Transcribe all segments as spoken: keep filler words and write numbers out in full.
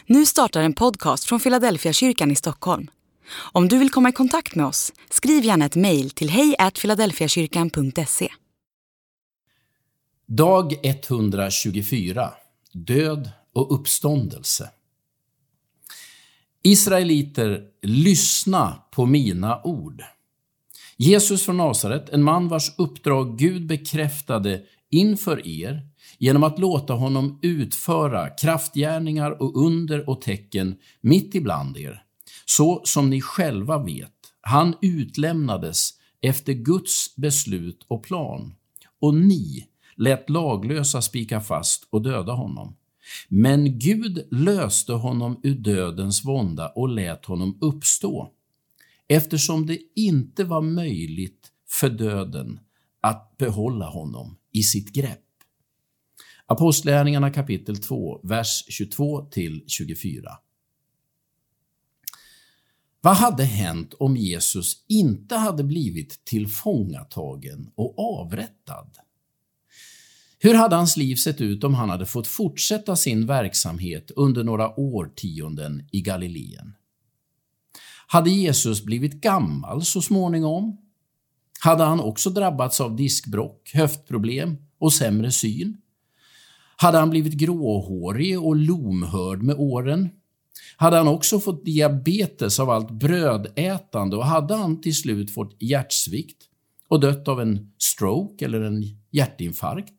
Nu startar en podcast från Philadelphia kyrkan i Stockholm. Om du vill komma i kontakt med oss, skriv gärna ett mejl till hej at philadelphiakyrkan punkt se. Dag etthundratjugofyra. Död och uppståndelse. Israeliter, lyssna på mina ord. Jesus från Nasaret, en man vars uppdrag Gud bekräftade inför er genom att låta honom utföra kraftgärningar och under och tecken mitt ibland er. Så som ni själva vet, han utlämnades efter Guds beslut och plan. Och ni lät laglösa spika fast och döda honom. Men Gud löste honom ur dödens vånda och lät honom uppstå, eftersom det inte var möjligt för döden att behålla honom i sitt grepp. Apostlagärningarna kapitel två, vers tjugotvå till tjugofyra. Vad hade hänt om Jesus inte hade blivit tillfångatagen och avrättad? Hur hade hans liv sett ut om han hade fått fortsätta sin verksamhet under några årtionden i Galileen? Hade Jesus blivit gammal så småningom? Hade han också drabbats av diskbråck, höftproblem och sämre syn? Hade han blivit gråhårig och lomhörd med åren? Hade han också fått diabetes av allt brödätande och hade han till slut fått hjärtsvikt och dött av en stroke eller en hjärtinfarkt?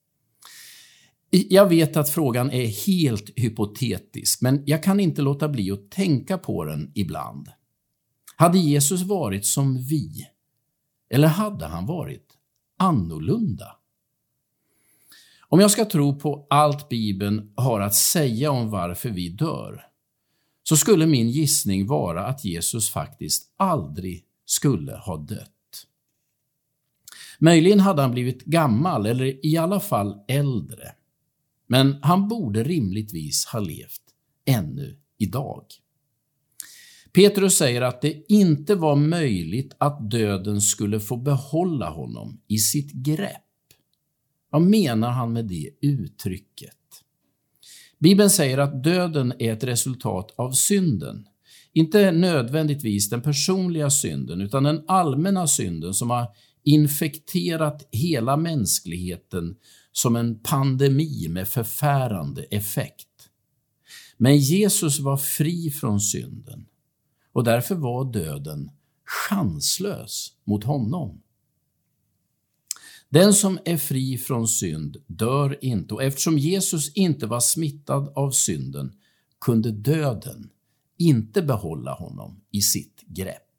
Jag vet att frågan är helt hypotetisk, men jag kan inte låta bli att tänka på den ibland. Hade Jesus varit som vi? Eller hade han varit annorlunda? Om jag ska tro på allt Bibeln har att säga om varför vi dör, så skulle min gissning vara att Jesus faktiskt aldrig skulle ha dött. Möjligen hade han blivit gammal eller i alla fall äldre. Men han borde rimligtvis ha levt ännu idag. Petrus säger att det inte var möjligt att döden skulle få behålla honom i sitt grepp. Vad menar han med det uttrycket? Bibeln säger att döden är ett resultat av synden. Inte nödvändigtvis den personliga synden, utan den allmänna synden som har infekterat hela mänskligheten som en pandemi med förfärande effekt. Men Jesus var fri från synden och därför var döden chanslös mot honom. Den som är fri från synd dör inte, och eftersom Jesus inte var smittad av synden kunde döden inte behålla honom i sitt grepp.